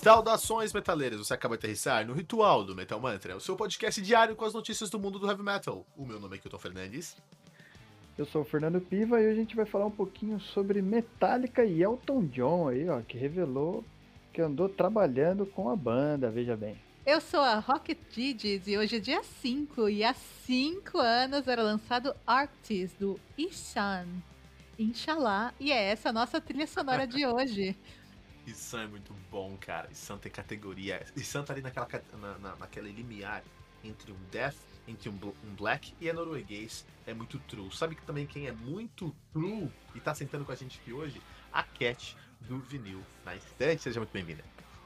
Saudações, metaleiros! Você acaba de aterrissar no Ritual do Metal Mantra, o seu podcast diário com as notícias do mundo do heavy metal. O meu nome é Kilton Fernandes. Eu sou o Fernando Piva e hoje a gente vai falar um pouquinho sobre Metallica e Elton John aí, ó, que revelou que andou trabalhando com a banda, veja bem. Eu sou a Rocket Digits e hoje é dia 5 e há 5 anos era lançado Arctis do Ishan. Inshallah, e é essa a nossa trilha sonora de hoje. Ishan é muito bom, cara. Ishan tem categoria. Ishan tá ali naquela limiar entre um death, entre um black e é norueguês. É muito true. Sabe que também quem é muito true e tá sentando com a gente aqui hoje? A Cat do Vinil na Estante. Seja muito bem-vinda.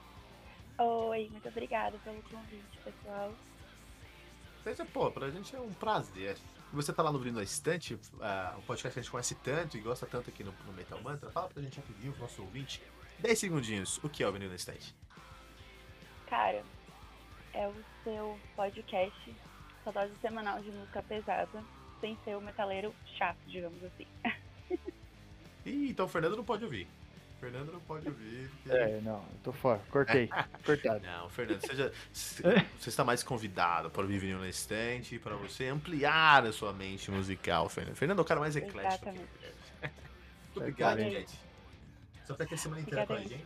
Oi, muito obrigada pelo convite, pessoal. Pra gente é um prazer. E você tá lá no Vinil na Estante, um podcast que a gente conhece tanto e gosta tanto aqui no Metal Mantra. Fala pra gente rapidinho, pro nosso ouvinte, 10 segundinhos, o que é o Vinil na Estante? Cara, é o seu podcast, sua dose semanal de música pesada, sem ser o metaleiro chato, digamos assim. Ih, então o Fernando não pode ouvir. Fernando não pode ouvir. Não, eu tô fora, cortei, cortado. Não, Fernando, você está mais convidado para ouvir Vinil na Estante, para você ampliar a sua mente musical, Fernando. Fernando é o cara mais eclético. Exatamente. Muito obrigado, gente. Você vai ficar aqui a semana inteira com a gente.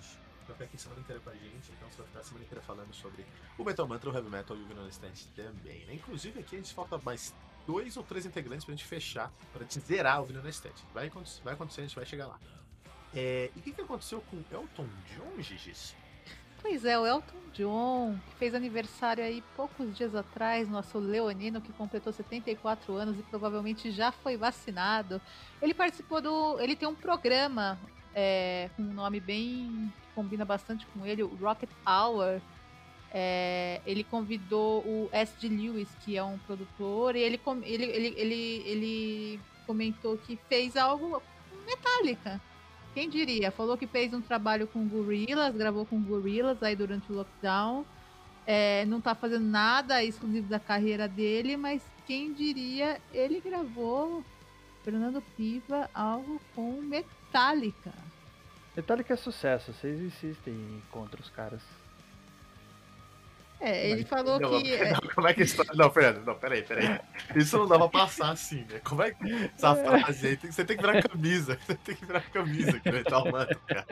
Então você vai ficar a semana inteira falando sobre o Metal Mantra, o Heavy Metal e o Vinil na Estante também, né? Inclusive aqui a gente falta mais 2 ou 3 integrantes pra gente fechar, pra gente zerar o Vinil na Estante. Vai acontecer, a gente vai chegar lá. E o que aconteceu com o Elton John, Gigis? Pois é, o Elton John, que fez aniversário aí poucos dias atrás, nosso leonino que completou 74 anos e provavelmente já foi vacinado. Ele participou ele tem um programa com um nome bem que combina bastante com ele, o Rocket Hour. Ele convidou o S.G. Lewis, que é um produtor, e ele comentou que fez algo com Metallica. Quem diria? Falou que fez um trabalho com Gorillaz, gravou com Gorillaz aí durante o lockdown. Não tá fazendo nada exclusivo da carreira dele, mas quem diria, ele gravou, Fernando Piva, algo com Metallica. Metallica é sucesso, vocês insistem contra os caras. Ele falou que... Como é que isso... Não, Fernando, não, peraí. Isso não dá pra passar assim, né? Como é que essa frase aí? Você tem que virar camisa. Você tem que virar camisa aqui no Metal Mantra, cara.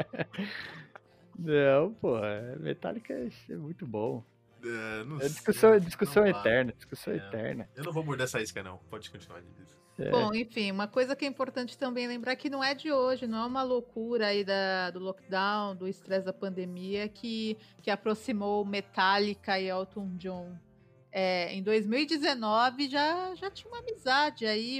Não, pô, Metallica é muito bom. Não Discussão eterna. Eu não vou morder essa isca, não. Pode continuar, Liz. Bom, enfim, uma coisa que é importante também lembrar que não é de hoje, não é uma loucura aí do lockdown, do estresse da pandemia que aproximou Metallica e Elton John. Em 2019 já tinha uma amizade aí,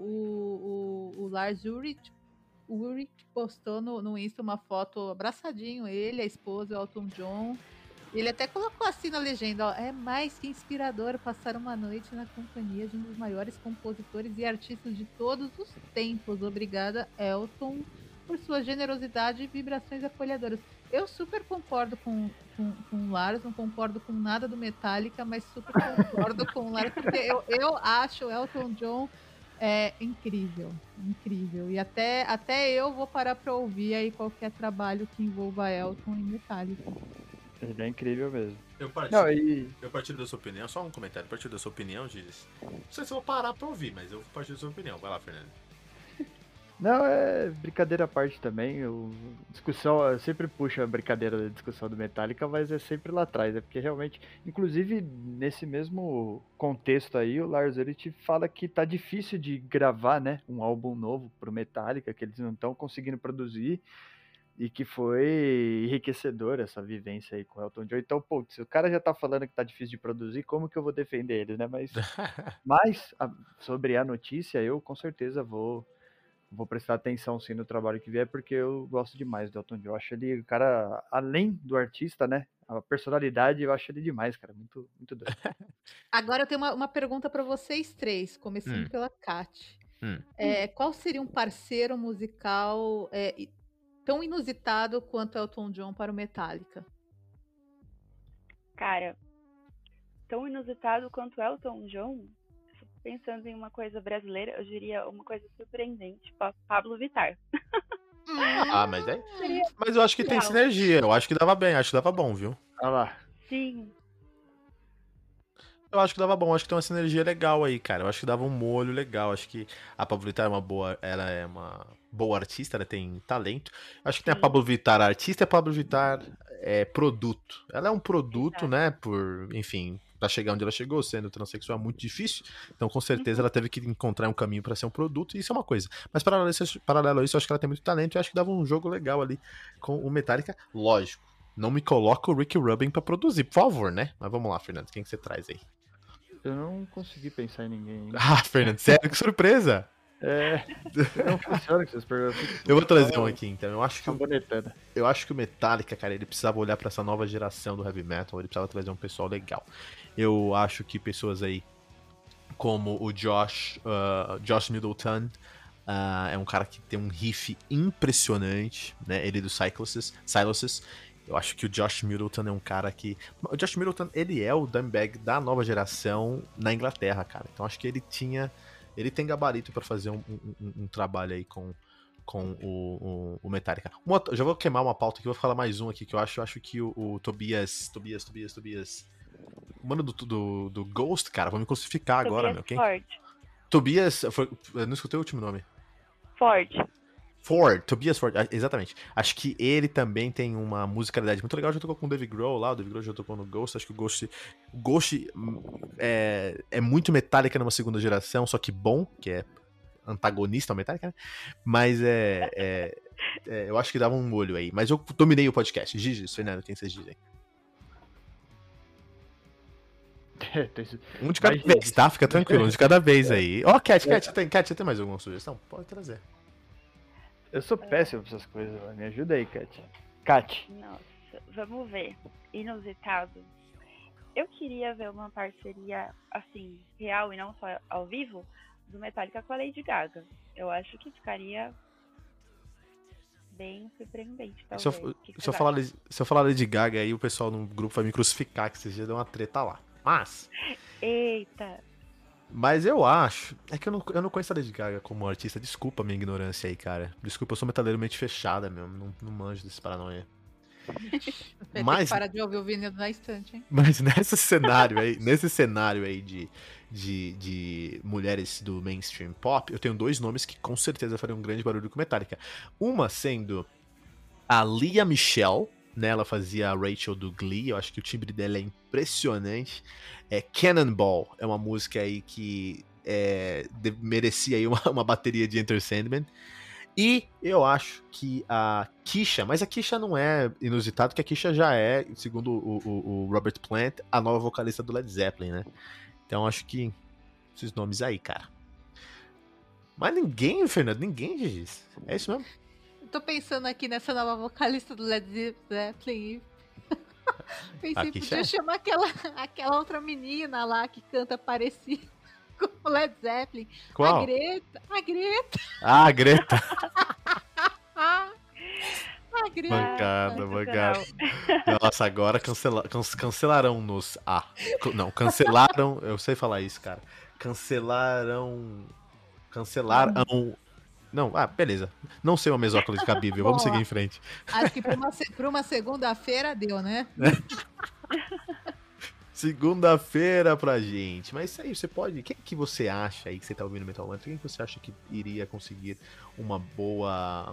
o Lars Ulrich postou no Insta uma foto abraçadinho, ele, a esposa, o Elton John. Ele até colocou assim na legenda, ó, é mais que inspirador passar uma noite na companhia de um dos maiores compositores e artistas de todos os tempos. Obrigada, Elton, por sua generosidade e vibrações acolhedoras. Eu super concordo com o Lars, não concordo com nada do Metallica, mas super concordo com o Lars, porque eu acho o Elton John incrível. E até eu vou parar pra ouvir aí qualquer trabalho que envolva Elton e Metallica. Ele é incrível mesmo. Eu partilho da sua opinião, só um comentário. Partilho da sua opinião, Gis. Não sei se eu vou parar pra ouvir, mas eu partilho da sua opinião. Vai lá, Fernando. Não, é brincadeira à parte também. Discussão, eu sempre puxo a brincadeira da discussão do Metallica, mas é sempre lá atrás. É porque realmente, inclusive nesse mesmo contexto aí, o Lars Ulrich fala que tá difícil de gravar, né, um álbum novo pro Metallica, que eles não estão conseguindo produzir. E que foi enriquecedor essa vivência aí com o Elton John. Então, pô, se o cara já tá falando que tá difícil de produzir, como que eu vou defender ele, né? Mas sobre a notícia, eu com certeza vou prestar atenção sim no trabalho que vier, porque eu gosto demais do Elton John. Eu acho ele, o cara, além do artista, né? A personalidade, eu acho ele demais, cara. Muito, muito doido. Agora eu tenho uma pergunta para vocês três, começando pela Kat. Qual seria um parceiro musical tão inusitado quanto Elton John para o Metallica? Cara, tão inusitado quanto Elton John, pensando em uma coisa brasileira, eu diria uma coisa surpreendente, Pablo Vittar. Ah, mas é. Seria Mas eu acho que tem legal. sinergia. Eu acho que dava bem, acho que dava bom, viu? Olha lá. Sim. Eu acho que dava bom, acho que tem uma sinergia legal aí, cara. Eu acho que dava um molho legal. Acho que a Pablo Vittar ela é uma boa artista, ela tem talento. Acho que tem a Sim. Pablo Vittar artista e a Pablo Vittar produto. Ela é um produto, Exato. né, enfim, pra chegar onde ela chegou, sendo transexual é muito difícil. Então, com certeza, ela teve que encontrar um caminho pra ser um produto, e isso é uma coisa. Mas paralelo a isso, eu acho que ela tem muito talento e eu acho que dava um jogo legal ali com o Metallica. Lógico, não me coloca o Rick Rubin pra produzir, por favor, né? Mas vamos lá, Fernando, quem que você traz aí? Eu não consegui pensar em ninguém ainda. Ah, Fernando, sério, que surpresa! Não funciona com essas perguntas. Eu vou trazer um aqui, então. Sabonetando. Eu acho que o Metallica, cara, ele precisava olhar pra essa nova geração do heavy metal, ele precisava trazer um pessoal legal. Eu acho que pessoas aí como o Josh Middleton é um cara que tem um riff impressionante, né? Ele do Silences. Eu acho que o Josh Middleton é um cara que... O Josh Middleton, ele é o Dimebag da nova geração na Inglaterra, cara. Então acho que ele tem gabarito pra fazer um trabalho aí com o Metallica. Já vou queimar uma pauta aqui, vou falar mais um aqui que eu acho que o Tobias... O mano do Ghost, cara, vou me crucificar agora, meu. Quem? Tobias... Eu não escutei o último nome. Tobias Ford, exatamente. Acho que ele também tem uma musicalidade muito legal. Já tocou com o Dave Grohl lá, o Dave Grohl já tocou no Ghost. Acho que o Ghost é muito Metallica numa segunda geração, só que bom, que é antagonista ao Metallica, né? Mas eu acho que dava um olho aí. Mas eu dominei o podcast. Gigi, Fernando, quem vocês dizem? Um de cada vez, tá? Fica tranquilo, um de cada vez aí. Ó, Cat, você tem mais alguma sugestão? Pode trazer. Eu sou péssimo pra essas coisas, mano. Me ajuda aí, Cat. Nossa, vamos ver. Inusitado. Eu queria ver uma parceria, assim, real e não só ao vivo, do Metallica com a Lady Gaga. Eu acho que ficaria bem surpreendente, talvez. Se eu falar Lady Gaga aí, o pessoal no grupo vai me crucificar, que vocês já deu uma treta lá. Eita! Mas eu acho... É que eu não conheço a Lady Gaga como artista. Desculpa a minha ignorância aí, cara. Desculpa, eu sou metaleiro mente fechada mesmo. Não manjo desse paranoia. Mas... Para de ouvir o vinil na estante, hein? Mas nesse cenário aí de mulheres do mainstream pop, eu tenho dois nomes que com certeza fariam um grande barulho com Metallica. Uma sendo a Lea Michele, né? Ela fazia a Rachel do Glee. Eu acho que o timbre dela é impressionante. Cannonball é uma música aí que merecia aí uma bateria de Enter Sandman. E eu acho que a Kesha, mas a Kesha não é inusitado, porque a Kesha já é, segundo o Robert Plant, a nova vocalista do Led Zeppelin, né? Então acho que esses nomes aí, cara. Mas ninguém, Fernando, ninguém diz. É isso mesmo? Eu tô pensando aqui nessa nova vocalista do Led Zeppelin. Pensei que podia chamar aquela outra menina lá que canta parecido com o Led Zeppelin. Qual? A Greta. Ah, a Greta. A Greta. Bancada. Nossa, agora cancelaram-nos. Não, cancelaram. Eu sei falar isso, cara. Cancelaram. Não, beleza. Não sei uma mesóclise cabível. Vamos seguir em frente. Acho que pra uma segunda-feira deu, né? Segunda-feira pra gente. Mas isso aí, você pode... Quem que você acha aí que você tá ouvindo Metal Mantra? Quem que você acha que iria conseguir uma boa...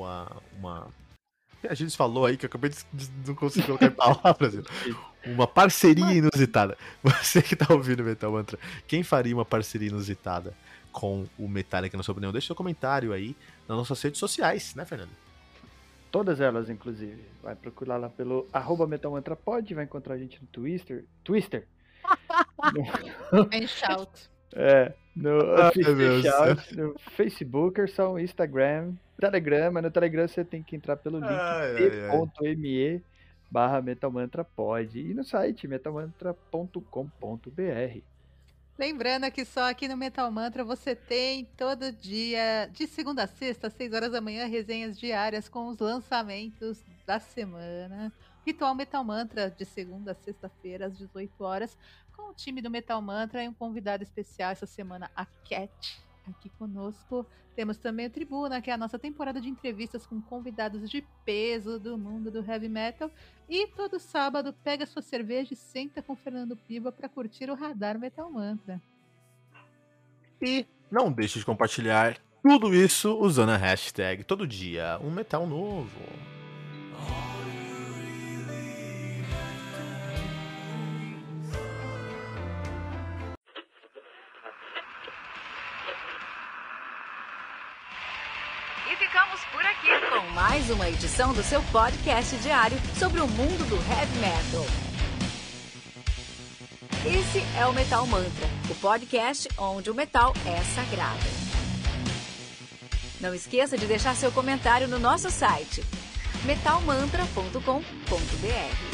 A gente falou aí que eu acabei de não conseguir colocar em palavras. Uma parceria inusitada. Você que tá ouvindo Metal Mantra, quem faria uma parceria inusitada com o Metallica, na sua opinião? Deixa seu comentário aí nas nossas redes sociais, né, Fernando? Todas elas, inclusive. Vai procurar lá pelo @metalmantrapod, vai encontrar a gente no Twister. Em shout. No Facebook, no Instagram, Telegram, mas no Telegram você tem que entrar pelo link t.me/metalmantrapod e no site metalmantra.com.br. Lembrando que só aqui no Metal Mantra você tem todo dia, de segunda a sexta, às 6 horas da manhã, resenhas diárias com os lançamentos da semana. Ritual Metal Mantra de segunda a sexta-feira, às 18 horas, com o time do Metal Mantra e um convidado especial essa semana, a Cat. Aqui conosco temos também o Tribuna, que é a nossa temporada de entrevistas com convidados de peso do mundo do heavy metal. E todo sábado pega sua cerveja e senta com o Fernando Piva para curtir o Radar Metal Mantra. E não deixe de compartilhar tudo isso usando a hashtag todo dia um metal novo. E ficamos por aqui com mais uma edição do seu podcast diário sobre o mundo do heavy metal. Esse é o Metal Mantra, o podcast onde o metal é sagrado. Não esqueça de deixar seu comentário no nosso site metalmantra.com.br.